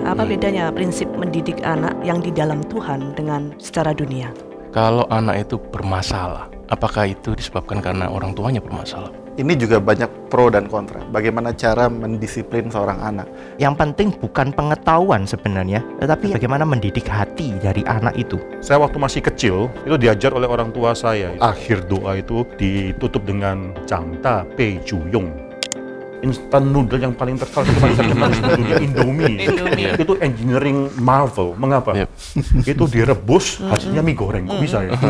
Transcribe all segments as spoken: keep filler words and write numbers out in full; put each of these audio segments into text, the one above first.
Apa bedanya prinsip mendidik anak yang di dalam Tuhan dengan secara dunia? Kalau anak itu bermasalah, apakah itu disebabkan karena orang tuanya bermasalah? Ini juga banyak pro dan kontra. Bagaimana cara mendisiplin seorang anak? Yang penting bukan pengetahuan sebenarnya, tetapi bagaimana mendidik hati dari anak itu. Saya waktu masih kecil, itu diajar oleh orang tua saya. Akhir doa itu ditutup dengan Jangta Pei Juyong. Instant noodle yang paling terkenal itu paling terkenal di dunia Indomie. Indomie. Itu engineering marvel. Mengapa? Yep. Itu direbus, hasilnya mie goreng. Kok bisa ya?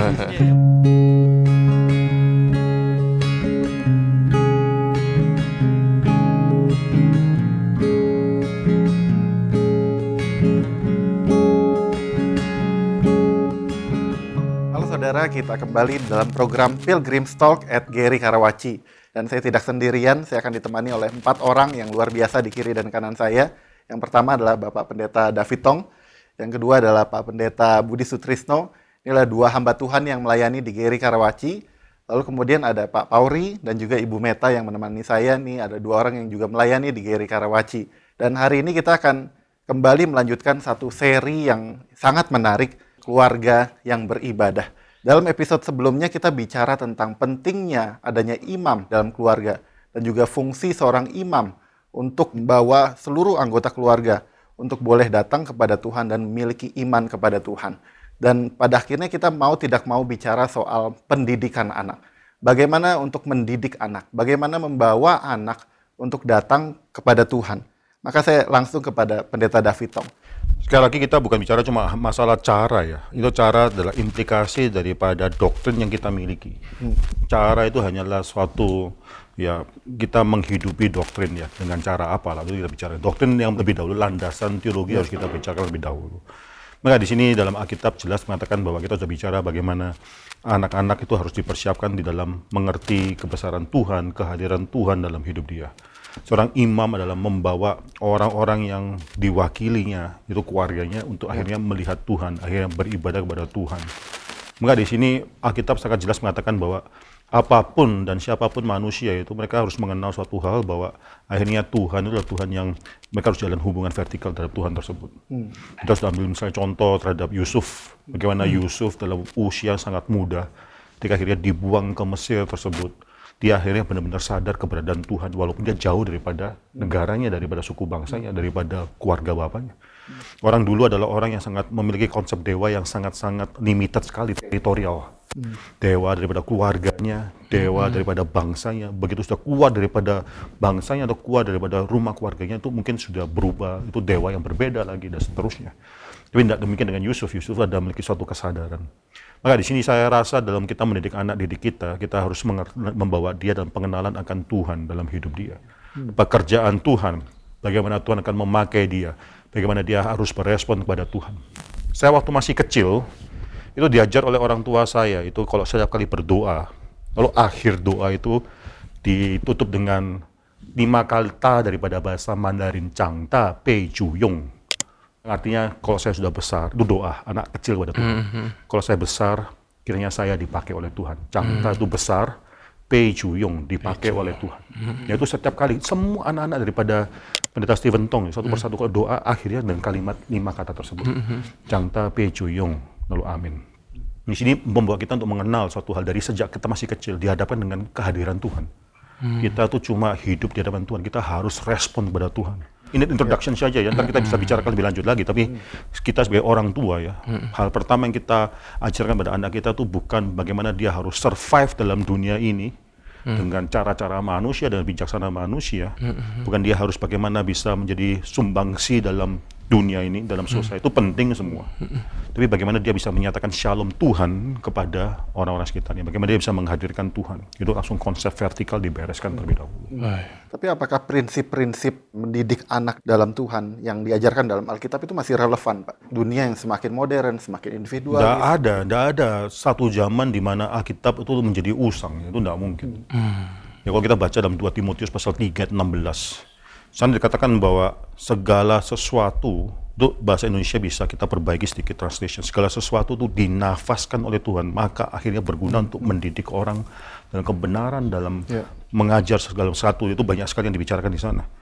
Saudara, kita kembali dalam program Pilgrim's Talk at Gary Karawaci. Dan saya tidak sendirian, saya akan ditemani oleh empat orang yang luar biasa di kiri dan kanan saya. Yang pertama adalah Bapak Pendeta David Tong. Yang kedua adalah Pak Pendeta Budi Sutrisno. Inilah dua hamba Tuhan yang melayani di Gary Karawaci. Lalu kemudian ada Pak Pauri dan juga Ibu Meta yang menemani saya. Nih ada dua orang yang juga melayani di Gary Karawaci. Dan hari ini kita akan kembali melanjutkan satu seri yang sangat menarik, keluarga yang beribadah. Dalam episode sebelumnya kita bicara tentang pentingnya adanya imam dalam keluarga dan juga fungsi seorang imam untuk membawa seluruh anggota keluarga untuk boleh datang kepada Tuhan dan memiliki iman kepada Tuhan. Dan pada akhirnya kita mau tidak mau bicara soal pendidikan anak. Bagaimana untuk mendidik anak, bagaimana membawa anak untuk datang kepada Tuhan. Maka saya langsung kepada Pendeta David Tong. Sekali lagi kita bukan bicara cuma masalah cara ya. Itu cara adalah implikasi daripada doktrin yang kita miliki. Hmm. Cara itu hanyalah suatu, ya kita menghidupi doktrin ya. Dengan cara apa? Lalu kita bicara doktrin yang lebih dahulu, landasan teologi harus kita bicarakan lebih dahulu. Maka di sini dalam Alkitab jelas mengatakan bahwa kita sudah bicara bagaimana anak-anak itu harus dipersiapkan di dalam mengerti kebesaran Tuhan, kehadiran Tuhan dalam hidup dia. Seorang imam adalah membawa orang-orang yang diwakilinya, itu keluarganya, untuk akhirnya melihat Tuhan, akhirnya beribadah kepada Tuhan. Maka di sini Alkitab sangat jelas mengatakan bahwa apapun dan siapapun manusia itu mereka harus mengenal suatu hal bahwa akhirnya Tuhan itu adalah Tuhan yang mereka harus jalan hubungan vertikal terhadap Tuhan tersebut. Hmm. Kita sudah ambil misalnya contoh terhadap Yusuf, bagaimana hmm. Yusuf dalam usia sangat muda, ketika akhirnya dibuang ke Mesir tersebut. Dia akhirnya benar-benar sadar keberadaan Tuhan walaupun dia jauh daripada negaranya, daripada suku bangsanya, daripada keluarga bapaknya. Orang dulu adalah orang yang sangat memiliki konsep dewa yang sangat-sangat limited sekali, teritorial. Dewa daripada keluarganya, dewa daripada bangsanya. Begitu sudah kuat daripada bangsanya atau kuat daripada rumah keluarganya, itu mungkin sudah berubah, itu dewa yang berbeda lagi dan seterusnya. Tapi tidak demikian dengan Yusuf. Yusuf ada memiliki suatu kesadaran. Maka di sini saya rasa dalam kita mendidik anak didik kita, kita harus membawa dia dalam pengenalan akan Tuhan dalam hidup dia. Hmm. Pekerjaan Tuhan, bagaimana Tuhan akan memakai dia, bagaimana dia harus berespon kepada Tuhan. Saya waktu masih kecil, itu diajar oleh orang tua saya, itu kalau setiap kali berdoa, lalu akhir doa itu ditutup dengan lima kata daripada bahasa Mandarin, Jangta Pei Juyong. Artinya kalau saya sudah besar, itu doa anak kecil kepada Tuhan. Mm-hmm. Kalau saya besar, kiranya saya dipakai oleh Tuhan. Jangta mm-hmm. itu besar, Pei Juyong dipakai Pei oleh Tuhan. Mm-hmm. Yaitu setiap kali, semua anak-anak daripada Pendeta Stephen Tong, satu persatu mm-hmm. doa akhirnya dengan kalimat lima kata tersebut. Mm-hmm. Jangta Pei Juyong, lalu amin. Di sini membawa kita untuk mengenal suatu hal dari sejak kita masih kecil, dihadapkan dengan kehadiran Tuhan. Mm-hmm. Kita tuh cuma hidup di hadapan Tuhan, kita harus respon kepada Tuhan. Ini introduction saja ya, ntar kita bisa bicarakan lebih lanjut lagi, tapi kita sebagai orang tua ya, hal pertama yang kita ajarkan pada anak kita tuh bukan bagaimana dia harus survive dalam dunia ini dengan cara-cara manusia dan bijaksana manusia, bukan dia harus bagaimana bisa menjadi sumbangsi dalam dunia ini, dalam sosial, itu penting semua. Tapi bagaimana dia bisa menyatakan shalom Tuhan kepada orang-orang sekitarnya, bagaimana dia bisa menghadirkan Tuhan, itu langsung konsep vertikal dibereskan terlebih dahulu. Tapi apakah prinsip-prinsip mendidik anak dalam Tuhan yang diajarkan dalam Alkitab itu masih relevan, Pak? Dunia yang semakin modern, semakin individual. Tidak ada, tidak ada satu zaman di mana Alkitab itu menjadi usang, itu tidak mungkin. Hmm. Ya kalau kita baca dalam dua Timotius pasal tiga enam belas, sana dikatakan bahwa segala sesuatu, itu bahasa Indonesia bisa kita perbaiki sedikit translation, segala sesuatu itu dinafaskan oleh Tuhan, maka akhirnya berguna untuk mendidik orang dalam kebenaran, dalam yeah. mengajar segala sesuatu, itu banyak sekali yang dibicarakan di sana.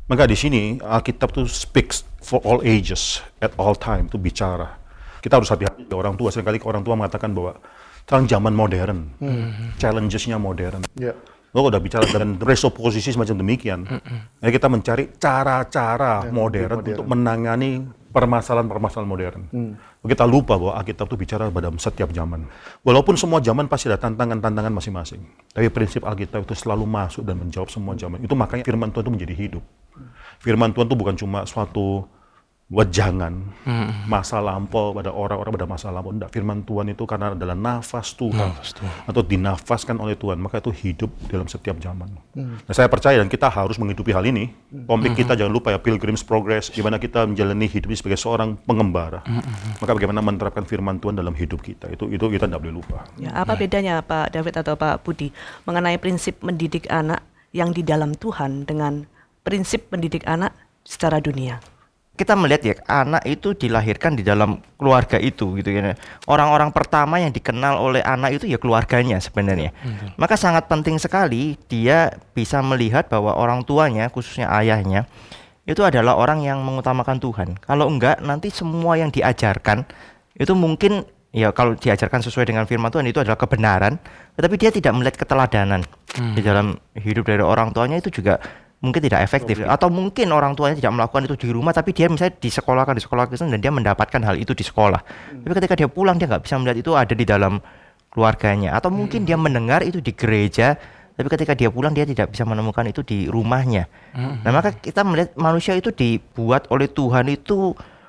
Maka di sini Alkitab tuh speaks for all ages, at all time, itu bicara. Kita harus hati-hati orang tua. Seringkali orang tua mengatakan bahwa sekarang zaman modern, hmm. challenges-nya modern. Yeah. Lo udah bicara dengan presuposisi semacam demikian. Mm-hmm. Jadi kita mencari cara-cara yeah, modern, modern untuk menangani permasalahan-permasalahan modern. Mm. Kita lupa bahwa Alkitab itu bicara pada setiap zaman. Walaupun semua zaman pasti ada tantangan-tantangan masing-masing. Tapi prinsip Alkitab itu selalu masuk dan menjawab semua zaman. Itu makanya firman Tuhan itu menjadi hidup. Firman Tuhan itu bukan cuma suatu wejangan, hmm. masa lampau pada orang-orang pada masa lampau. Tidak, firman Tuhan itu karena adalah nafas Tuhan, nafas Tuhan atau dinafaskan oleh Tuhan, maka itu hidup dalam setiap zaman. Hmm. Nah, saya percaya dan kita harus menghidupi hal ini. Topik hmm. kita jangan lupa ya, Pilgrim's Progress, gimana kita menjalani hidup ini sebagai seorang pengembara. Hmm. Maka bagaimana menerapkan firman Tuhan dalam hidup kita, itu itu kita tidak boleh lupa. Ya, apa bedanya Pak David atau Pak Budi mengenai prinsip mendidik anak yang di dalam Tuhan dengan prinsip mendidik anak secara dunia? Kita melihat ya, anak itu dilahirkan di dalam keluarga itu gitu ya. Orang-orang pertama yang dikenal oleh anak itu ya keluarganya sebenarnya. Hmm. Maka sangat penting sekali dia bisa melihat bahwa orang tuanya, khususnya ayahnya, itu adalah orang yang mengutamakan Tuhan. Kalau enggak, nanti semua yang diajarkan itu mungkin ya kalau diajarkan sesuai dengan firman Tuhan itu adalah kebenaran, tetapi dia tidak melihat keteladanan hmm. di dalam hidup dari orang tuanya, itu juga mungkin tidak efektif. Okay. Atau mungkin orang tuanya tidak melakukan itu di rumah, tapi dia misalnya disekolahkan di sekolah Kristen dan dia mendapatkan hal itu di sekolah. Hmm. Tapi ketika dia pulang dia nggak bisa melihat itu ada di dalam keluarganya. Atau mungkin hmm. dia mendengar itu di gereja, tapi ketika dia pulang dia tidak bisa menemukan itu di rumahnya. Hmm. Nah, maka kita melihat manusia itu dibuat oleh Tuhan itu,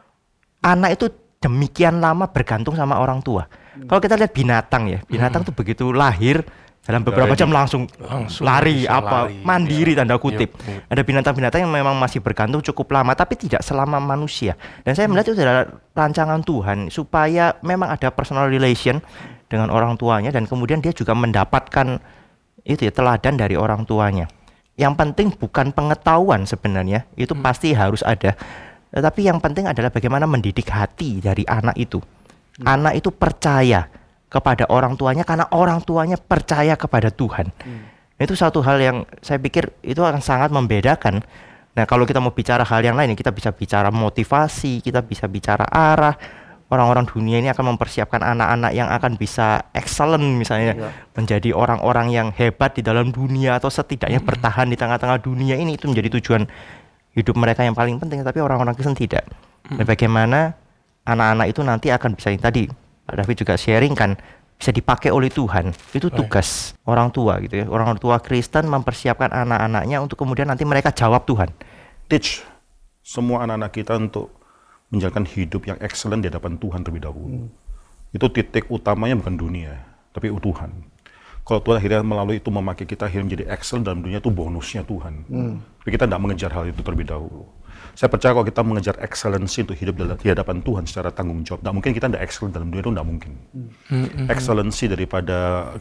anak itu demikian lama bergantung sama orang tua. Hmm. Kalau kita lihat binatang ya, binatang hmm. tuh begitu lahir dalam beberapa jam langsung, langsung lari apa lari, mandiri ya. Tanda kutip. Ya, ya. Ada binatang-binatang yang memang masih bergantung cukup lama, tapi tidak selama manusia. Dan saya melihat itu adalah rancangan Tuhan supaya memang ada personal relation dengan orang tuanya, dan kemudian dia juga mendapatkan itu ya teladan dari orang tuanya. Yang penting bukan pengetahuan sebenarnya, itu hmm. pasti harus ada. Tetapi yang penting adalah bagaimana mendidik hati dari anak itu. Hmm. Anak itu percaya kepada orang tuanya karena orang tuanya percaya kepada Tuhan. Hmm. Itu satu hal yang saya pikir itu akan sangat membedakan. Nah, kalau kita mau bicara hal yang lain, kita bisa bicara motivasi, kita bisa bicara arah. Orang-orang dunia ini akan mempersiapkan anak-anak yang akan bisa excellent misalnya, ya. menjadi orang-orang yang hebat di dalam dunia, atau setidaknya hmm. bertahan di tengah-tengah dunia ini. Itu menjadi tujuan hidup mereka yang paling penting. Tapi orang-orang Kristen tidak. Hmm. Dan bagaimana anak-anak itu nanti akan bisa, yang tadi Pak David juga sharing kan, bisa dipakai oleh Tuhan. Itu tugas Baik. orang tua gitu ya. Orang tua Kristen mempersiapkan anak-anaknya untuk kemudian nanti mereka jawab Tuhan. Teach semua anak-anak kita untuk menjalankan hidup yang excellent di hadapan Tuhan terlebih dahulu. Hmm. Itu titik utamanya bukan dunia, tapi Tuhan. Kalau Tuhan akhirnya melalui itu memakai kita akhirnya menjadi excellent dalam dunia, itu bonusnya Tuhan. Hmm. Tapi kita tidak mengejar hal itu terlebih dahulu. Saya percaya kalau kita mengejar excellency untuk hidup di hadapan Tuhan secara tanggung jawab, tidak mungkin kita tidak excellent dalam dunia, itu tidak mungkin. Mm-hmm. Excellency daripada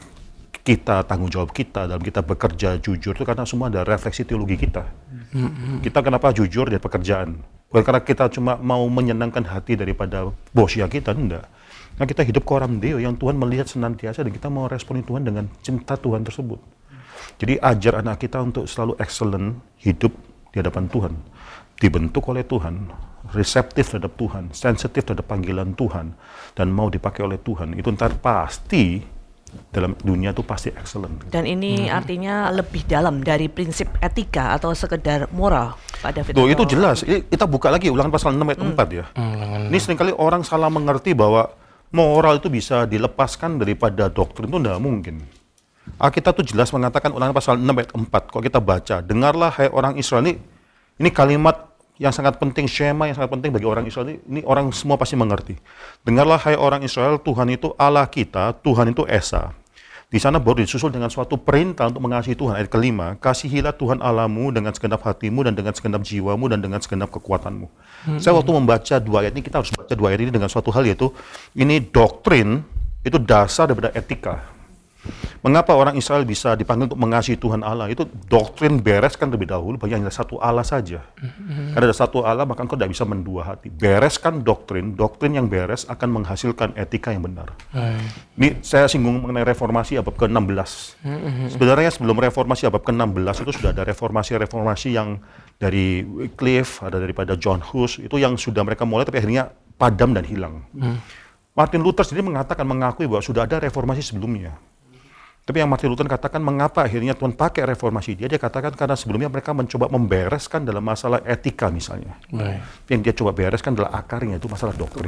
kita, tanggung jawab kita dalam kita bekerja jujur, itu karena semua ada refleksi teologi kita. Mm-hmm. Kita kenapa jujur di pekerjaan? Bukan karena kita cuma mau menyenangkan hati daripada bosnya kita, tidak. Nah, kita hidup coram Deo yang Tuhan melihat senantiasa, dan kita mau responi Tuhan dengan cinta Tuhan tersebut. Jadi ajar anak kita untuk selalu excellent hidup di hadapan Tuhan. Dibentuk oleh Tuhan, reseptif terhadap Tuhan, sensitif terhadap panggilan Tuhan, dan mau dipakai oleh Tuhan, itu ntar pasti dalam dunia itu pasti excellent. Dan ini hmm. artinya lebih dalam dari prinsip etika atau sekedar moral, Pak David. Tuh, itu jelas. Kita buka lagi Ulangan pasal enam ayat hmm. empat ya. Hmm. Ini seringkali orang salah mengerti bahwa moral itu bisa dilepaskan daripada doktrin, itu tidak mungkin. Alkitab itu jelas mengatakan Ulangan pasal enam ayat empat. Kalau kita baca, dengarlah hai orang Israel, ini Ini kalimat yang sangat penting, Shema yang sangat penting bagi orang Israel. Ini, ini orang semua pasti mengerti. Dengarlah hai orang Israel, Tuhan itu Allah kita, Tuhan itu Esa. Di sana baru disusul dengan suatu perintah untuk mengasihi Tuhan. Ayat kelima, kasihilah Tuhan Allahmu dengan segenap hatimu dan dengan segenap jiwamu dan dengan segenap kekuatanmu. Hmm. Saya waktu membaca dua ayat ini, kita harus baca dua ayat ini dengan suatu hal, yaitu ini doktrin, itu dasar daripada etika. Mengapa orang Israel bisa dipanggil untuk mengasihi Tuhan Allah? Itu doktrin bereskan terlebih dahulu, bahwa hanya satu Allah saja. Mm-hmm. Karena ada satu Allah, maka engkau tidak bisa mendua hati. Bereskan doktrin, doktrin yang beres akan menghasilkan etika yang benar. Mm-hmm. Ini saya singgung mengenai reformasi abad ke enam belas. Mm-hmm. Sebenarnya sebelum reformasi abad ke enam belas itu sudah ada reformasi-reformasi yang dari Wycliffe, ada daripada John Hus, itu yang sudah mereka mulai tapi akhirnya padam dan hilang. Mm. Martin Luther sendiri mengatakan, mengakui bahwa sudah ada reformasi sebelumnya. Tapi yang Martin Luther katakan, mengapa akhirnya Tuhan pakai reformasi dia? Dia katakan karena sebelumnya mereka mencoba membereskan dalam masalah etika misalnya. Baik. Yang dia coba bereskan adalah akarnya, itu masalah doktrin.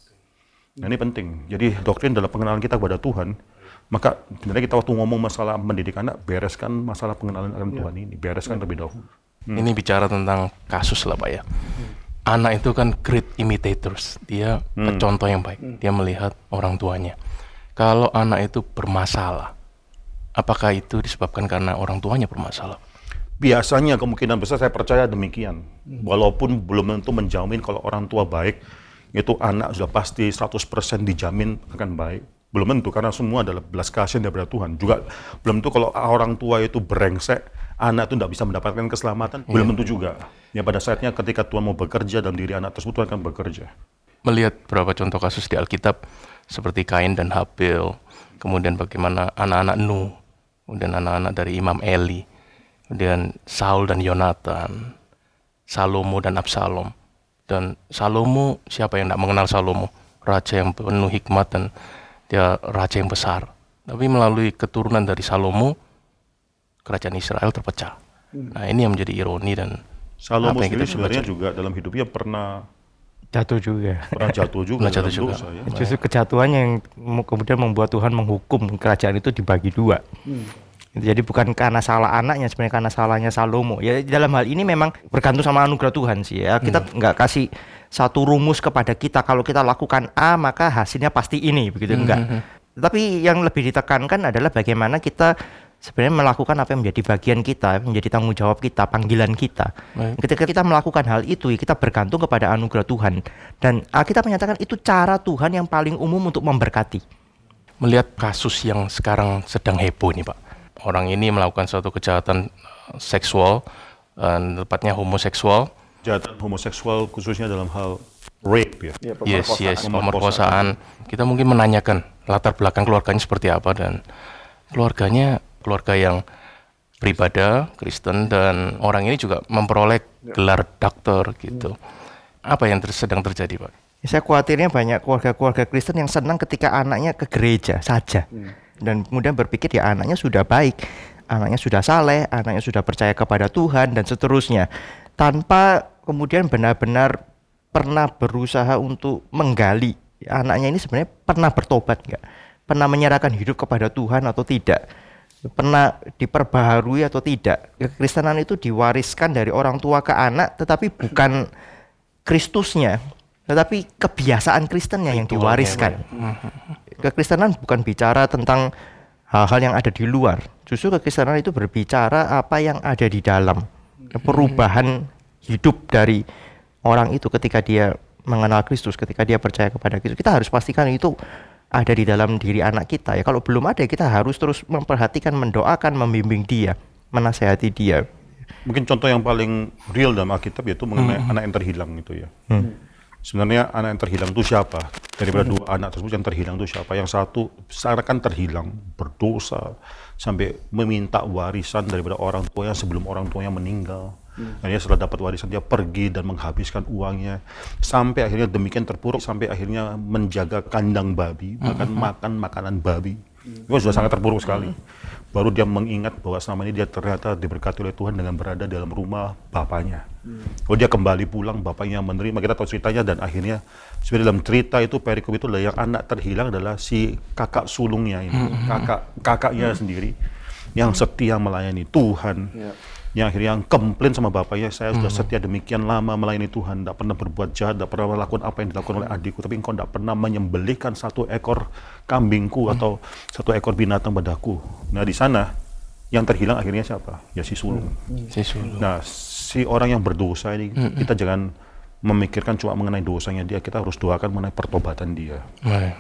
Nah ini penting. Jadi doktrin dalam pengenalan kita kepada Tuhan, maka sebenarnya kita waktu ngomong masalah mendidik anak, bereskan masalah pengenalan akan Tuhan ini, bereskan terlebih dahulu. Hmm. Ini bicara tentang kasus lah Pak ya. Hmm. Anak itu kan great imitators, dia hmm. contoh yang baik, hmm. dia melihat orang tuanya. Kalau anak itu bermasalah, apakah itu disebabkan karena orang tuanya bermasalah? Biasanya kemungkinan besar saya percaya demikian. Hmm. Walaupun belum tentu menjamin kalau orang tua baik, itu anak sudah pasti seratus persen dijamin akan baik. Belum tentu, karena semua adalah belas kasihan daripada Tuhan. Juga belum tentu kalau orang tua itu brengsek, anak itu tidak bisa mendapatkan keselamatan, hmm. belum tentu juga. Ya pada saatnya ketika Tuhan mau bekerja dalam diri anak tersebut, Tuhan akan bekerja. Melihat beberapa contoh kasus di Alkitab, seperti Kain dan Habil, kemudian bagaimana anak-anak Nuh, kemudian anak-anak dari Imam Eli, kemudian Saul dan Yonatan, Salomo dan Absalom. Dan Salomo, siapa yang tidak mengenal Salomo? Raja yang penuh hikmat dan dia raja yang besar. Tapi melalui keturunan dari Salomo, kerajaan Israel terpecah. Hmm. Nah ini yang menjadi ironi dan Salomo sendiri sebenarnya juga dalam hidupnya pernah jatuh juga. Pernah jatuh juga. Pernah jatuh juga. Dosa, ya. Justru kejatuhan yang kemudian membuat Tuhan menghukum kerajaan itu dibagi dua. Hmm. Jadi bukan karena salah anaknya, sebenarnya karena salahnya Salomo. Ya dalam hal ini memang bergantung sama anugerah Tuhan sih ya. Kita hmm. nggak kasih satu rumus kepada kita, kalau kita lakukan A maka hasilnya pasti ini, begitu hmm. enggak. Tapi yang lebih ditekankan adalah bagaimana kita sebenarnya melakukan apa yang menjadi bagian kita, menjadi tanggung jawab kita, panggilan kita. Baik. Ketika kita melakukan hal itu, kita bergantung kepada anugerah Tuhan. Dan Alkitab menyatakan itu cara Tuhan yang paling umum untuk memberkati. Melihat kasus yang sekarang sedang heboh ini Pak. Orang ini melakukan suatu kejahatan seksual, uh, tepatnya homoseksual. Kejahatan homoseksual khususnya dalam hal rape ya? Ya yes, yes, pemerkosaan. Kita mungkin menanyakan latar belakang keluarganya seperti apa, dan keluarganya keluarga yang beribadah Kristen, dan orang ini juga memperoleh gelar dokter gitu. Apa yang ter- sedang terjadi Pak? Saya khawatirnya banyak keluarga-keluarga Kristen yang senang ketika anaknya ke gereja saja. Hmm. Dan kemudian berpikir ya anaknya sudah baik, anaknya sudah saleh, anaknya sudah percaya kepada Tuhan dan seterusnya, tanpa kemudian benar-benar pernah berusaha untuk menggali anaknya ini sebenarnya pernah bertobat nggak, pernah menyerahkan hidup kepada Tuhan atau tidak, pernah diperbaharui atau tidak. Kekristenan itu diwariskan dari orang tua ke anak, tetapi bukan Kristusnya, tetapi kebiasaan Kristennya yang diwariskan. Kekristenan bukan bicara tentang hal-hal yang ada di luar. Justru kekristenan itu berbicara apa yang ada di dalam. Perubahan hidup dari orang itu ketika dia mengenal Kristus, ketika dia percaya kepada Kristus. Kita harus pastikan itu ada di dalam diri anak kita. Ya kalau belum ada, kita harus terus memperhatikan, mendoakan, membimbing dia, menasehati dia. Mungkin contoh yang paling real dalam Alkitab yaitu mengenai hmm. anak yang terhilang itu ya. Hmm. Sebenarnya anak yang terhilang itu siapa? Daripada hmm. dua anak tersebut yang terhilang itu siapa? Yang satu seakan terhilang, berdosa, sampai meminta warisan daripada orang tuanya sebelum orang tuanya meninggal. Hmm. Dan dia setelah dapat warisan dia pergi dan menghabiskan uangnya. Sampai akhirnya demikian terpuruk, sampai akhirnya menjaga kandang babi, bahkan hmm. makan makanan babi. Hmm. Itu sudah sangat terpuruk sekali. Hmm. Baru dia mengingat bahwa selama ini dia ternyata diberkati oleh Tuhan dengan berada dalam rumah bapaknya. Hmm. Kalau dia kembali pulang, bapaknya menerima, kita tahu ceritanya, dan akhirnya sebenarnya dalam cerita itu, perikop itu adalah yang anak terhilang adalah si kakak sulungnya ini, hmm. kakak kakaknya hmm. sendiri yang setia melayani Tuhan. Yeah. Yang akhirnya komplain sama bapaknya, saya sudah setia demikian lama melayani Tuhan, tidak pernah berbuat jahat, tidak pernah melakukan apa yang dilakukan oleh adikku, tapi engkau tidak pernah menyembelihkan satu ekor kambingku atau satu ekor binatang padaku. Nah di sana yang terhilang akhirnya siapa? Ya si sulung. Si sulung. Nah si orang yang berdosa ini, kita jangan memikirkan cuma mengenai dosanya dia, kita harus doakan mengenai pertobatan dia.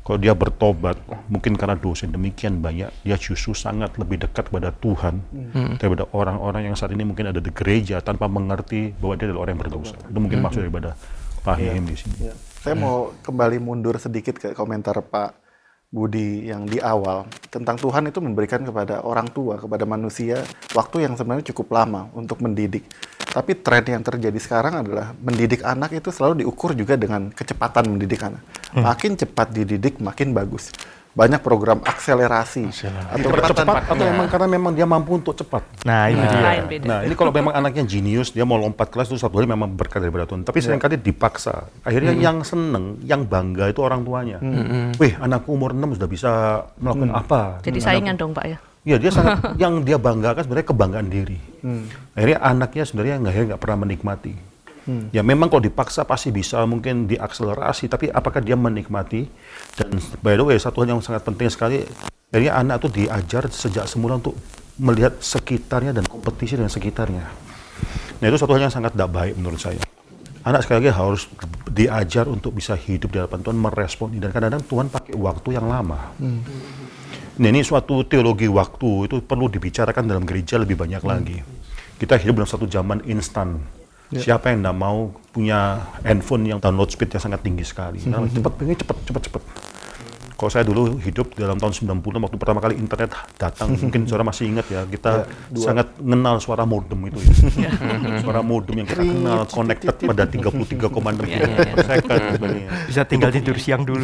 Kalau dia bertobat, mungkin karena dosa demikian banyak, dia justru sangat lebih dekat kepada Tuhan hmm. daripada orang-orang yang saat ini mungkin ada di gereja tanpa mengerti bahwa dia adalah orang yang berdosa. Itu mungkin hmm. maksud daripada Fahim ya. Di sini. Ya. Saya hmm. mau kembali mundur sedikit ke komentar Pak Budi yang di awal tentang Tuhan itu memberikan kepada orang tua, kepada manusia waktu yang sebenarnya cukup lama untuk mendidik. Tapi tren yang terjadi sekarang adalah mendidik anak itu selalu diukur juga dengan kecepatan mendidik anak. Hmm. Makin cepat dididik, makin bagus. Banyak program akselerasi. Atau cepat, atau memang karena memang dia mampu untuk cepat. Nah, ini dia. Nah, ini kalau memang anaknya jenius, dia mau lompat kelas itu satu hari memang berkat daripada Tuhan. Tapi seringkali dipaksa. Akhirnya hmm. yang seneng, yang bangga itu orang tuanya. Hmm. Wih, anakku umur enam sudah bisa melakukan hmm. apa. Jadi saingan dong Pak ya? Iya, dia sangat, yang dia banggakan sebenarnya kebanggaan diri. Hmm. Akhirnya anaknya sebenarnya nggak nggak pernah menikmati. Hmm. Ya memang kalau dipaksa pasti bisa mungkin diakselerasi, tapi apakah dia menikmati? Dan by the way, satu hal yang sangat penting sekali, akhirnya anak itu diajar sejak semula untuk melihat sekitarnya dan kompetisi dengan sekitarnya. Nah itu satu hal yang sangat tidak baik menurut saya. Anak sekali lagi harus diajar untuk bisa hidup di hadapan Tuhan, merespon, dan kadang-kadang Tuhan pakai waktu yang lama. Hmm. Nah ini suatu teologi waktu itu perlu dibicarakan dalam gereja lebih banyak hmm. lagi. Kita hidup dalam satu zaman instan. Ya. Siapa yang tidak mau punya handphone yang download speed yang sangat tinggi sekali? Hmm. Nah, cepat, pengen cepat, cepat, cepat. Kalau saya dulu hidup dalam tahun sembilan puluh, waktu pertama kali internet datang, mungkin saudara masih ingat ya, kita ya, sangat mengenal suara modem itu ya. Suara modem yang kita kenal, connected pada tiga puluh tiga koma enam per second. Bisa tinggal tidur siang dulu.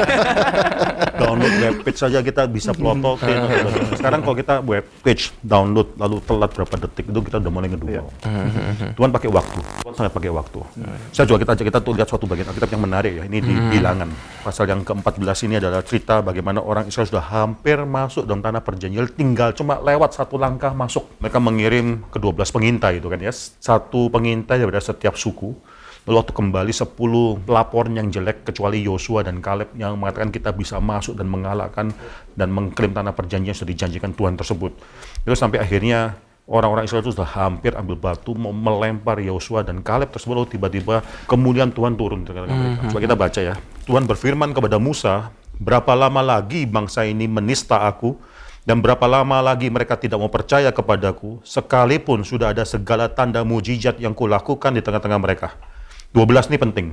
Download webpage saja kita bisa plototin. Sekarang kalau kita webpage download lalu telat berapa detik itu kita udah mulai ngedumel. Tuhan pakai waktu, Tuhan sangat pakai waktu. Saya juga kita kita tuh lihat suatu bagian Alkitab yang menarik ya. Ini di Bilangan pasal yang keempat belas ini adalah cerita bagaimana orang Israel sudah hampir masuk dalam tanah perjanjian, tinggal cuma lewat satu langkah masuk. Mereka mengirim ke dua belas pengintai itu kan ya, satu pengintai daripada setiap suku. Lalu waktu kembali sepuluh pelapor yang jelek kecuali Yosua dan Kaleb yang mengatakan kita bisa masuk dan mengalahkan dan mengklaim tanah perjanjian yang sudah dijanjikan Tuhan tersebut. Itu sampai akhirnya orang-orang Israel itu sudah hampir ambil batu mau melempar Yosua dan Kaleb tersebut, lalu tiba-tiba kemuliaan Tuhan turun di tengah-tengah mereka. Coba kita baca ya. Tuhan berfirman kepada Musa, berapa lama lagi bangsa ini menista aku, dan berapa lama lagi mereka tidak mau percaya kepadaku, sekalipun sudah ada segala tanda mujizat yang kulakukan di tengah-tengah mereka. dua belas ini penting.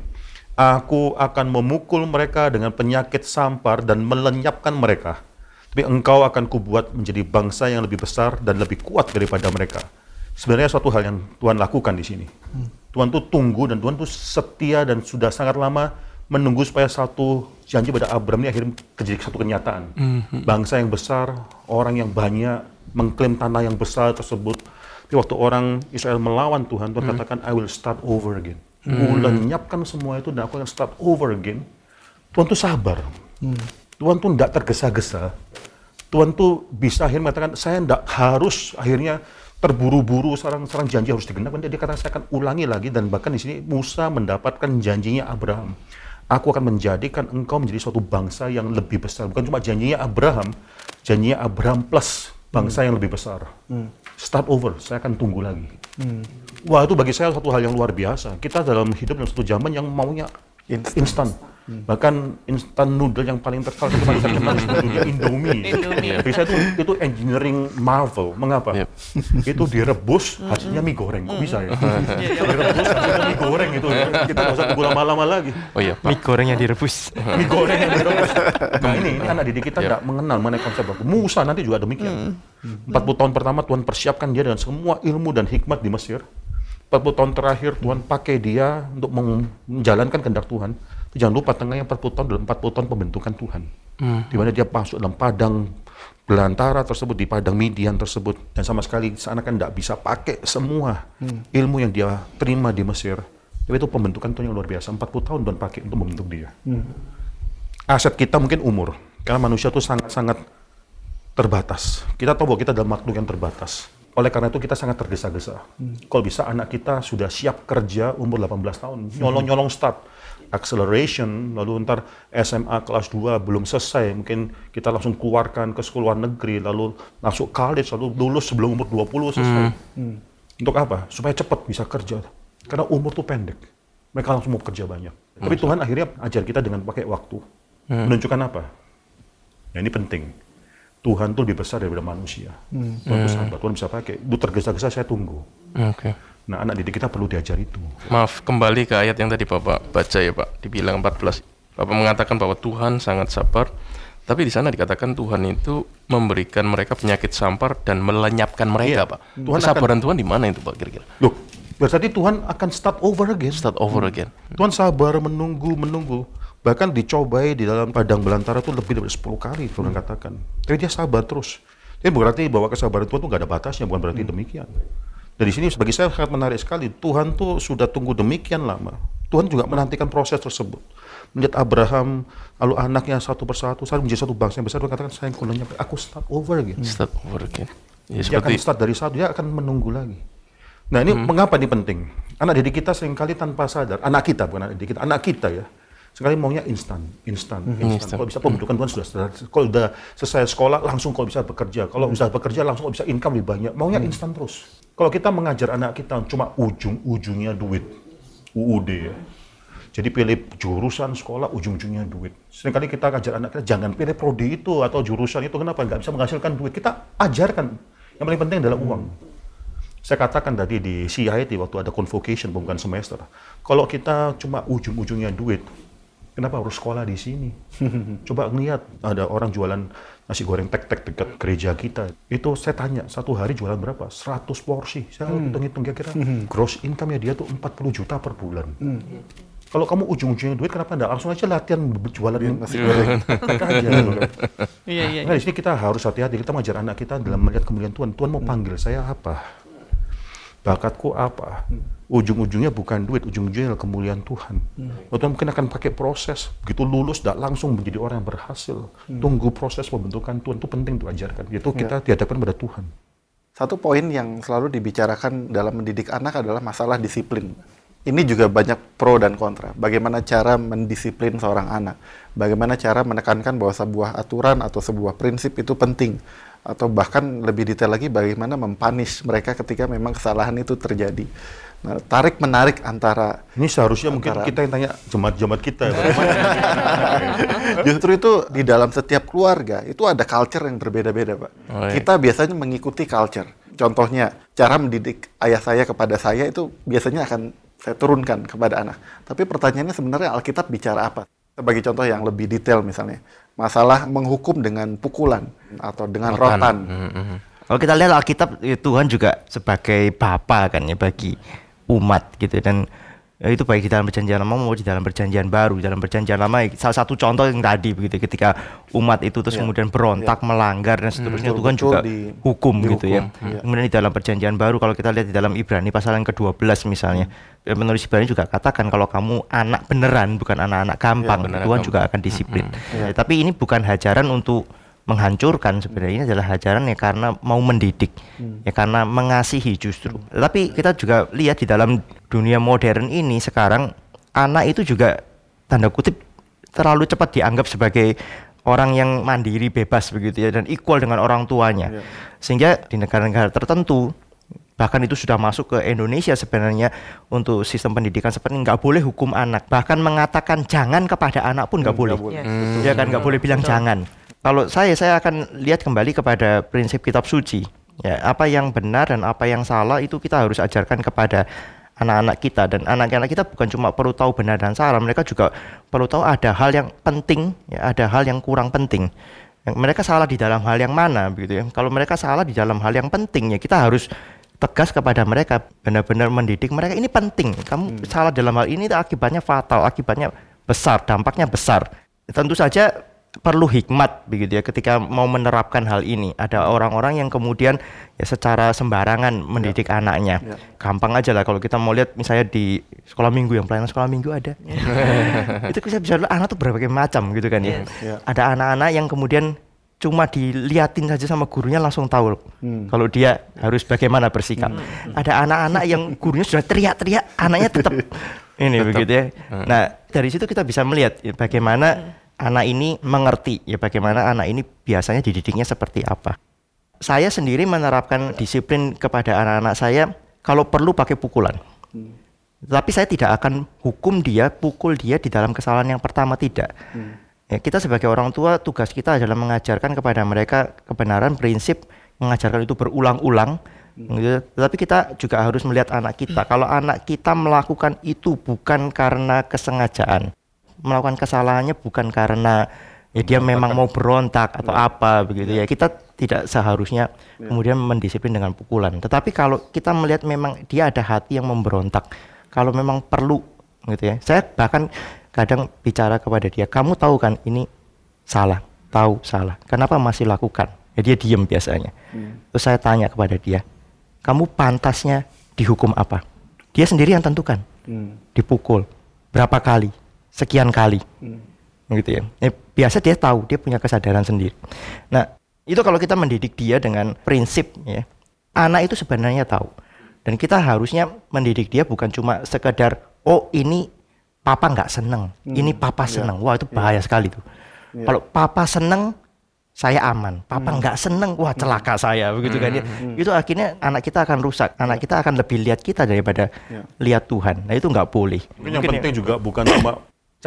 Aku akan memukul mereka dengan penyakit sampar dan melenyapkan mereka. Tapi engkau akan kubuat menjadi bangsa yang lebih besar dan lebih kuat daripada mereka. Sebenarnya suatu hal yang Tuhan lakukan di sini. Hmm. Tuhan tuh tunggu dan Tuhan tuh setia dan sudah sangat lama menunggu supaya satu janji pada Abraham ini akhirnya terjadi satu kenyataan. Mm-hmm. Bangsa yang besar, orang yang banyak, mengklaim tanah yang besar tersebut. Tapi waktu orang Israel melawan Tuhan, Tuhan mm. katakan, I will start over again. Mm. Aku lenyapkan semua itu dan aku akan start over again. Tuhan tuh sabar. Mm. Tuhan tuh tidak tergesa-gesa. Tuhan tuh bisa akhirnya mengatakan, saya tidak harus akhirnya terburu-buru, sarang-sarang janji harus digenapkan. Dia katakan, saya akan ulangi lagi, dan bahkan di sini Musa mendapatkan janjinya Abraham. Aku akan menjadikan engkau menjadi suatu bangsa yang lebih besar. Bukan cuma janjinya Abraham, janjinya Abraham plus bangsa hmm. yang lebih besar. Hmm. Start over, saya akan tunggu lagi. Hmm. Wah, itu bagi saya satu hal yang luar biasa. Kita dalam hidup dalam satu zaman yang maunya instan. Hmm. Bahkan instan noodle yang paling terkenal itu paling terkenal di dunia Indomie. Indomie. Bagi saya itu, itu engineering marvel. Mengapa? Yep. Itu direbus hasilnya mie goreng. Kok bisa ya? Direbus hasilnya mie goreng itu. Ya. Kita nggak usah tunggu lama-lama lagi. Oh iya, mie goreng yang direbus. Mie goreng yang direbus. Nah ini, ini anak didik kita tidak yep. mengenal mengenai konsep waktu. Musa nanti juga demikian. Hmm. empat puluh tahun pertama Tuhan persiapkan dia dengan semua ilmu dan hikmat di Mesir. empat puluh tahun terakhir Tuhan pakai dia untuk menjalankan kehendak Tuhan. Jangan lupa tengahnya empat puluh tahun dalam empat puluh tahun pembentukan Tuhan. Hmm. Di mana dia masuk dalam padang belantara tersebut, di padang Midian tersebut, dan sama sekali seakan-akan tidak bisa pakai semua hmm. ilmu yang dia terima di Mesir. Tapi itu pembentukan Tuhan yang luar biasa. empat puluh tahun Tuhan pakai untuk membentuk dia. Hmm. Aset kita mungkin umur, karena manusia itu sangat-sangat terbatas. Kita tahu bahwa kita adalah makhluk yang terbatas. Oleh karena itu kita sangat tergesa-gesa. Hmm. Kalau bisa anak kita sudah siap kerja umur delapan belas tahun, nyolong-nyolong start. Acceleration, lalu ntar S M A kelas dua belum selesai, mungkin kita langsung keluarkan ke sekolah negeri, lalu masuk college, lalu lulus sebelum umur dua puluh selesai. Hmm. Untuk apa? Supaya cepat bisa kerja. Karena umur tuh pendek. Mereka langsung mau kerja banyak. Hmm. Tapi Tuhan akhirnya ajar kita dengan pakai waktu. Hmm. Menunjukkan apa? Ya ini penting. Tuhan tuh lebih besar daripada manusia. Hmm. Tuhan itu sabar, Tuhan bisa pakai. Itu tergesa-gesa saya tunggu. Oke. Okay. Nah, anak didik kita perlu diajar itu. Maaf, kembali ke ayat yang tadi Bapak baca ya Pak, dibilang empat belas. Bapak mengatakan bahwa Tuhan sangat sabar, tapi di sana dikatakan Tuhan itu memberikan mereka penyakit sampar dan melenyapkan mereka, iya. Pak. Tuhan Kesabaran akan... Tuhan di mana itu Pak kira-kira? Loh, berarti Tuhan akan start over again. Start over hmm. again. Tuhan sabar menunggu, menunggu. Bahkan dicobai di dalam padang belantara itu lebih dari sepuluh kali Tuhan hmm. katakan. Tapi dia sabar terus. Ini berarti bahwa kesabaran Tuhan itu nggak ada batasnya, bukan berarti hmm. demikian. Dan di sini bagi saya sangat menarik sekali. Tuhan tuh sudah tunggu demikian lama. Tuhan juga menantikan proses tersebut. Melihat Abraham, lalu anaknya satu persatu, saling menjadi satu bangsa yang besar. Tuhan katakan, saya kulanya, aku start over again. Start over again. Ya, dia seperti... akan start dari satu, dia akan menunggu lagi. Nah ini hmm. mengapa ini penting? Anak didik kita seringkali tanpa sadar, anak kita bukan anak didik kita, anak kita ya. Sekali maunya instan, instan, mm-hmm. instan. Kalau bisa pembentukan Tuhan sudah, kalau sudah selesai sekolah langsung kalau bisa bekerja, kalau bisa bekerja langsung kalau bisa income lebih banyak. Maunya mm. instan terus. Kalau kita mengajar anak kita cuma ujung-ujungnya duit, U U D ya. Jadi pilih jurusan sekolah ujung-ujungnya duit. Seringkali kita ajar anak kita jangan pilih prodi itu atau jurusan itu, kenapa? Nggak bisa menghasilkan duit. Kita ajarkan. Yang paling penting adalah uang. Saya katakan tadi di C I T waktu ada convocation pembukaan semester. Kalau kita cuma ujung-ujungnya duit, kenapa harus sekolah di sini? Coba ngeliat, ada orang jualan nasi goreng tek-tek dekat gereja kita. Itu saya tanya, satu hari jualan berapa? seratus porsi. Saya hmm. hitung-hitung kira-kira hmm. gross income-nya dia tuh empat puluh juta per bulan. Hmm. Kalau kamu ujung-ujungnya duit, kenapa enggak? Langsung aja latihan jualan nasi goreng. aja. Iya, iya. Nah, di sini kita harus hati-hati. Kita mengajar anak kita dalam melihat kemuliaan Tuhan. Tuhan mau panggil saya apa? Bakatku apa? Ujung-ujungnya bukan duit, ujung-ujungnya adalah kemuliaan Tuhan. Hmm. Tuhan mungkin akan pakai proses, begitu lulus tidak langsung menjadi orang yang berhasil. Hmm. Tunggu proses pembentukan Tuhan, itu penting diajarkan. Itu kita ya. dihadapkan pada Tuhan. Satu poin yang selalu dibicarakan dalam mendidik anak adalah masalah disiplin. Ini juga banyak pro dan kontra. Bagaimana cara mendisiplin seorang anak? Bagaimana cara menekankan bahwa sebuah aturan atau sebuah prinsip itu penting? Atau bahkan lebih detail lagi bagaimana mempunish mereka ketika memang kesalahan itu terjadi. Nah, tarik menarik antara ini seharusnya antara, mungkin kita yang tanya jemaat-jemaat kita. Justru itu di dalam setiap keluarga itu ada culture yang berbeda-beda, Pak. Oh, iya. Kita biasanya mengikuti culture. Contohnya cara mendidik ayah saya kepada saya itu biasanya akan saya turunkan kepada anak. Tapi pertanyaannya sebenarnya Alkitab bicara apa? Sebagai contoh yang lebih detail misalnya, masalah menghukum dengan pukulan atau dengan rotan. Mm-hmm. Kalau kita lihat Alkitab, Tuhan juga sebagai bapa kan ya bagi umat gitu, dan ya, itu baik di dalam perjanjian lama maupun di dalam perjanjian baru. Di dalam perjanjian lama salah satu contoh yang tadi begitu, ketika umat itu terus ya. kemudian berontak, ya. melanggar dan seterusnya, hmm, Tuhan juga di, hukum di gitu hukum. ya. Hmm. Kemudian di dalam perjanjian baru kalau kita lihat di dalam Ibrani pasal yang kedua belas misalnya, hmm. penulis Ibrani juga katakan kalau kamu anak beneran bukan anak-anak gampang, ya, Tuhan gampang. juga akan disiplin. Hmm. Ya. Ya, tapi ini bukan hajaran untuk menghancurkan, sebenarnya ini adalah hajaran ya karena mau mendidik, hmm. ya karena mengasihi justru. Hmm. Tapi kita juga lihat di dalam dunia modern ini sekarang, anak itu juga tanda kutip terlalu cepat dianggap sebagai orang yang mandiri, bebas begitu ya, dan equal dengan orang tuanya. Yeah. Sehingga di negara-negara tertentu, bahkan itu sudah masuk ke Indonesia sebenarnya, untuk sistem pendidikan seperti ini nggak boleh hukum anak, bahkan mengatakan jangan kepada anak pun nggak hmm, boleh. boleh. Hmm. Ya kan, nggak boleh bilang Betul. jangan. Kalau saya, saya akan lihat kembali kepada prinsip kitab suci. Ya, apa yang benar dan apa yang salah itu kita harus ajarkan kepada anak-anak kita. Dan anak-anak kita bukan cuma perlu tahu benar dan salah, mereka juga perlu tahu ada hal yang penting, ya, ada hal yang kurang penting. Mereka salah di dalam hal yang mana, begitu ya. Kalau mereka salah di dalam hal yang penting, ya kita harus tegas kepada mereka, benar-benar mendidik mereka. Ini penting. Kamu hmm. salah dalam hal ini, akibatnya fatal, akibatnya besar, dampaknya besar. Tentu saja perlu hikmat begitu ya ketika mau menerapkan hal ini. Ada orang-orang yang kemudian ya secara sembarangan mendidik ya. anaknya. Ya. Gampang aja lah kalau kita mau lihat misalnya di sekolah minggu, yang pelayanan sekolah minggu ada. Itu bisa bisa lihat anak tuh berbagai macam gitu kan ya. ya. Ada anak-anak yang kemudian cuma diliatin saja sama gurunya langsung tahu hmm. kalau dia harus bagaimana bersikap. Hmm. Ada anak-anak yang gurunya sudah teriak-teriak, anaknya tetap ini tetap. begitu ya. Hmm. Nah, dari situ kita bisa melihat ya, bagaimana hmm. anak ini mengerti ya, bagaimana anak ini biasanya dididiknya seperti apa. Saya sendiri menerapkan disiplin kepada anak-anak saya kalau perlu pakai pukulan. Hmm. Tapi saya tidak akan hukum dia, pukul dia di dalam kesalahan yang pertama, tidak. Hmm. Ya, kita sebagai orang tua, tugas kita adalah mengajarkan kepada mereka kebenaran, prinsip, mengajarkan itu berulang-ulang. Gitu. Tetapi kita juga harus melihat anak kita. Kalau anak kita melakukan itu bukan karena kesengajaan, melakukan kesalahannya bukan karena ya dia memang mau berontak atau apa begitu ya. Kita tidak seharusnya kemudian mendisiplin dengan pukulan. Tetapi kalau kita melihat memang dia ada hati yang memberontak, kalau memang perlu gitu ya. Saya bahkan kadang bicara kepada dia, kamu tahu kan ini salah, tahu salah, kenapa masih lakukan? Ya dia diem biasanya. Hmm. Terus saya tanya kepada dia, kamu pantasnya dihukum apa? Dia sendiri yang tentukan. Hmm. Dipukul berapa kali, sekian kali, hmm. gitu ya. ya. Biasa dia tahu, dia punya kesadaran sendiri. Nah itu kalau kita mendidik dia dengan prinsip ya, anak itu sebenarnya tahu. Dan kita harusnya mendidik dia bukan cuma sekedar, oh ini papa nggak seneng, hmm. ini papa seneng. Yeah. Wah itu bahaya yeah. sekali tuh. Yeah. Kalau papa seneng, saya aman. Papa hmm. nggak seneng, wah celaka hmm. saya, begitu hmm. kan ya. Hmm. Itu akhirnya anak kita akan rusak. Anak yeah. kita akan lebih lihat kita daripada yeah. lihat Tuhan. Nah itu nggak boleh. Mungkin yang penting ya. juga bukan cuma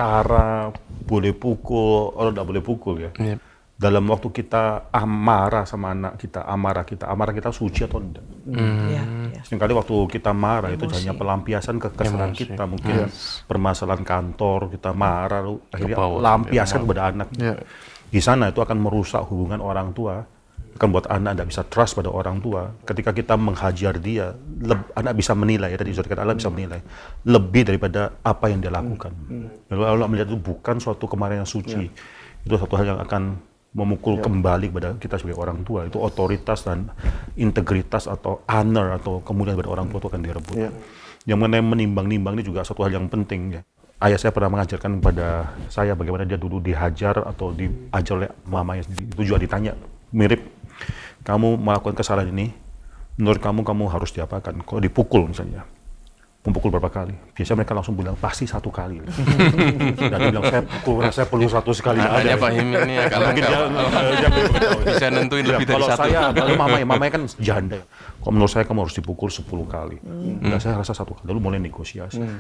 cara boleh pukul atau nggak boleh pukul ya. Yeah. Dalam waktu kita amarah sama anak kita, amarah kita, amarah kita suci atau tidak. Hmm. Yeah, yeah. Seringkali waktu kita marah Emosi. itu hanya pelampiasan kekesalan kita, mungkin yes. permasalahan kantor, kita marah, lalu akhirnya Kebawa, lampiaskan kepada anak. Yeah. Di sana itu akan merusak hubungan orang tua, akan buat anak tidak bisa trust pada orang tua. Ketika kita menghajar dia, leb, anak bisa menilai, ya tadi sudah anak bisa menilai, lebih daripada apa yang dia lakukan. Hmm. Lalu Allah melihat itu bukan suatu kemarahan yang suci, yeah. itu satu hal yang akan memukul yeah. kembali kepada kita sebagai orang tua. Itu otoritas dan integritas atau honor atau kemudian pada orang tua itu akan direbut. Yeah. Yang mengenai menimbang-nimbang ini juga satu hal yang penting ya. Ayah saya pernah mengajarkan kepada saya bagaimana dia dulu dihajar atau diajar oleh mamanya sendiri. Itu juga ditanya mirip, kamu melakukan kesalahan ini, menurut kamu kamu harus diapakan? Kalau dipukul misalnya, memukul berapa kali? Biasanya mereka langsung bilang pasti satu kali. Dan dia bilang saya pukul, saya perlu satu sekali. Hanya Pak Him ini ya kalau mungkin dia, dia, dia bisa nentuin ya, lebih dari kalau satu. Kalau saya, kalau mamanya, mamanya kan janda. Kalau menurut saya kamu harus dipukul sepuluh kali. Hmm. Dan saya rasa satu kali. Lalu mulai negosiasi. Hmm.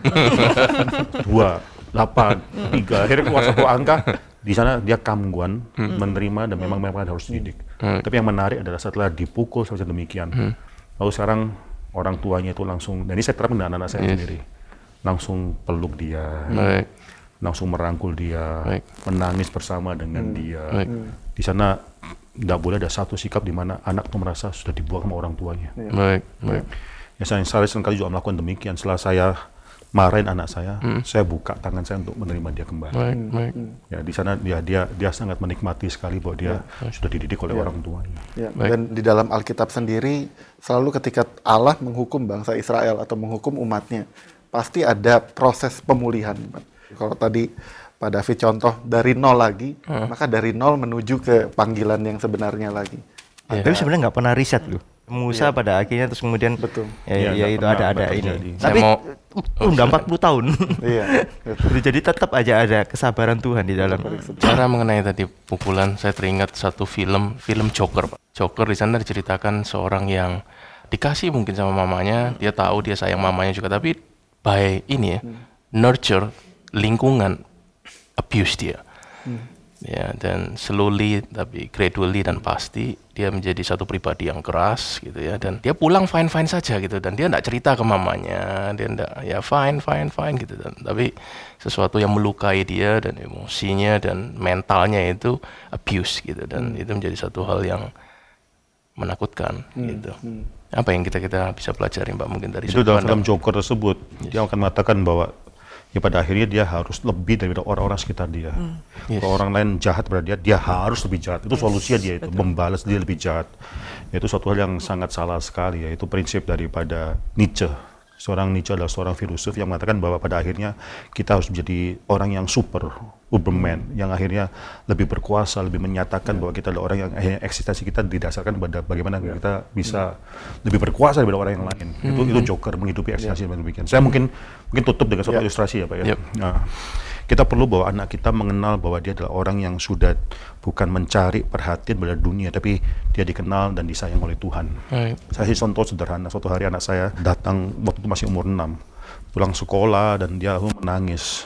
Dua, delapan, tiga. Akhirnya keluar satu angka. Di sana dia kamguan, hmm. menerima dan memang memang harus dididik. Hmm. Tapi yang menarik adalah setelah dipukul seperti demikian. Hmm. Lalu sekarang orang tuanya itu langsung, dan ini saya terapkan dengan anak saya yes. sendiri, langsung peluk dia, Baik. langsung merangkul dia, Baik. menangis bersama dengan hmm. dia. Baik. Di sana tidak boleh ada satu sikap di mana anak itu merasa sudah dibuang sama orang tuanya. Baik. Baik. Ya, saya sekali juga melakukan demikian. Setelah saya marahin anak saya, hmm. saya buka tangan saya untuk menerima dia kembali. Baik. Baik. Ya, di sana dia dia dia sangat menikmati sekali bahwa dia ya. sudah dididik oleh ya. orang tuanya. Ya. Dan di dalam Alkitab sendiri selalu ketika Allah menghukum bangsa Israel atau menghukum umatnya, pasti ada proses pemulihan. Kalau tadi Pak David contoh dari nol lagi, hmm. maka dari nol menuju ke panggilan yang sebenarnya lagi. Ya. Tapi sebenarnya nggak pernah riset loh. Musa ya. pada akhirnya terus kemudian betul. Ya, ya, ya itu ada ada ini. Saya Tapi mau udah empat puluh tahun. Iya. Jadi tetap aja ada kesabaran Tuhan di dalam. Cara mengenai tadi pukulan, saya teringat satu film, film Joker, Pak. Joker di sana diceritakan seorang yang dikasih mungkin sama mamanya, dia tahu dia sayang mamanya juga, tapi by ini ya, nurture lingkungan abuse dia. Hmm. Ya, dan slowly tapi gradually dan pasti dia menjadi satu pribadi yang keras gitu ya, dan dia pulang fine fine saja gitu, dan dia tidak cerita ke mamanya, dia tidak ya fine fine fine gitu, dan tapi sesuatu yang melukai dia dan emosinya dan mentalnya itu abuse gitu, dan hmm. itu menjadi satu hal yang menakutkan hmm. gitu. Hmm. Apa yang kita kita bisa pelajari Mbak mungkin dari itu dalam film Joker tersebut, yes. dia akan mengatakan bahwa ya pada akhirnya dia harus lebih daripada orang-orang sekitar dia. Hmm. Yes. Kalau orang lain jahat pada dia, dia harus lebih jahat. Itu yes. solusinya dia itu, betul. membalas dia lebih jahat. Itu suatu hal yang sangat salah sekali ya. Itu prinsip daripada Nietzsche. Seorang Nietzsche adalah seorang filosof yang mengatakan bahwa pada akhirnya kita harus menjadi orang yang super, Uberman, yang akhirnya lebih berkuasa, lebih menyatakan yeah. bahwa kita adalah orang yang akhirnya eksistensi kita didasarkan pada bagaimana yeah. kita bisa yeah. lebih berkuasa daripada orang yang lain. Mm-hmm. Itu itu Joker menghidupi eksistensi yeah. demikian. Saya mungkin mungkin tutup dengan suatu yeah. ilustrasi ya Pak ya. Yep. Nah, kita perlu bahwa anak kita mengenal bahwa dia adalah orang yang sudah bukan mencari perhatian pada dunia, tapi dia dikenal dan disayang oleh Tuhan. Right. Saya kasih contoh sederhana. Suatu hari anak saya datang waktu itu masih umur enam, pulang sekolah dan dia menangis.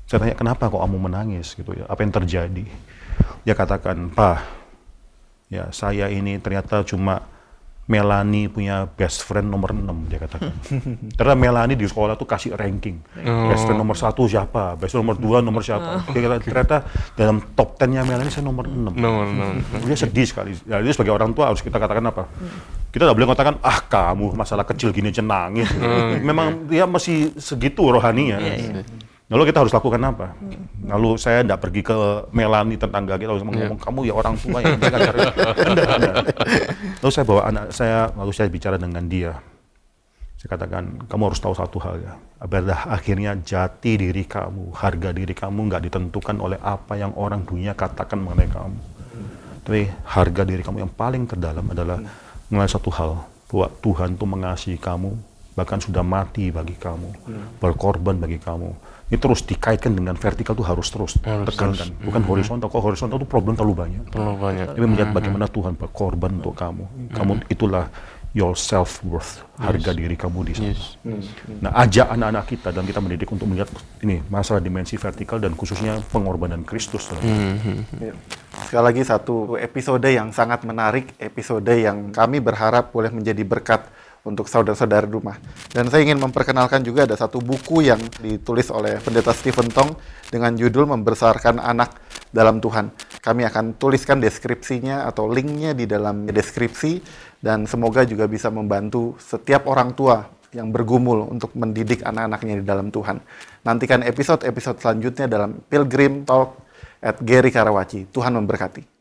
Saya tanya, kenapa kok kamu menangis gitu ya? Apa yang terjadi? Dia katakan, Pak, ya saya ini ternyata cuma Melanie punya best friend nomor enam, dia katakan. Karena Melanie di sekolah tuh kasih ranking. Oh. Best friend nomor satu siapa, best friend nomor dua nomor siapa. Dia kata, ternyata dalam top ten-nya Melanie saya nomor enam. Nomor enam. Dia sedih sekali. Ya, dia sebagai orang tua harus kita katakan apa? Kita tidak boleh mengatakan, ah kamu masalah kecil gini aja nangis. Memang dia masih segitu rohaninya. Lalu kita harus lakukan apa? Lalu saya tidak pergi ke Melanie tetangga kita, ngomong yeah. kamu ya orang tua yang bisa cari. Lalu saya bawa anak saya, lalu saya bicara dengan dia. Saya katakan, kamu harus tahu satu hal ya. Pada akhirnya jati diri kamu, harga diri kamu nggak ditentukan oleh apa yang orang dunia katakan mengenai kamu. Tapi harga diri kamu yang paling terdalam adalah mengenai satu hal, bahwa Tuhan tuh mengasihi kamu, bahkan sudah mati bagi kamu, berkorban bagi kamu. Ini terus dikaitkan dengan vertikal tuh harus terus harus tekankan, terus. Bukan mm-hmm. horizontal. Kok horizontal tuh problem terlalu banyak. Terlalu banyak. Tapi melihat mm-hmm. bagaimana Tuhan berkorban untuk kamu. Mm-hmm. Kamu itulah your self worth, harga yes. diri kamu di sana. Yes. Mm-hmm. Nah, ajak anak-anak kita dan kita mendidik untuk melihat ini masalah dimensi vertikal dan khususnya pengorbanan Kristus. Mm-hmm. Sekali lagi satu episode yang sangat menarik, episode yang kami berharap boleh menjadi berkat untuk saudara-saudara rumah. Dan saya ingin memperkenalkan juga ada satu buku yang ditulis oleh Pendeta Stephen Tong dengan judul Membesarkan Anak dalam Tuhan. Kami akan tuliskan deskripsinya atau linknya di dalam deskripsi dan semoga juga bisa membantu setiap orang tua yang bergumul untuk mendidik anak-anaknya di dalam Tuhan. Nantikan episode-episode selanjutnya dalam Pilgrim Talk at Gary Karawaci. Tuhan memberkati.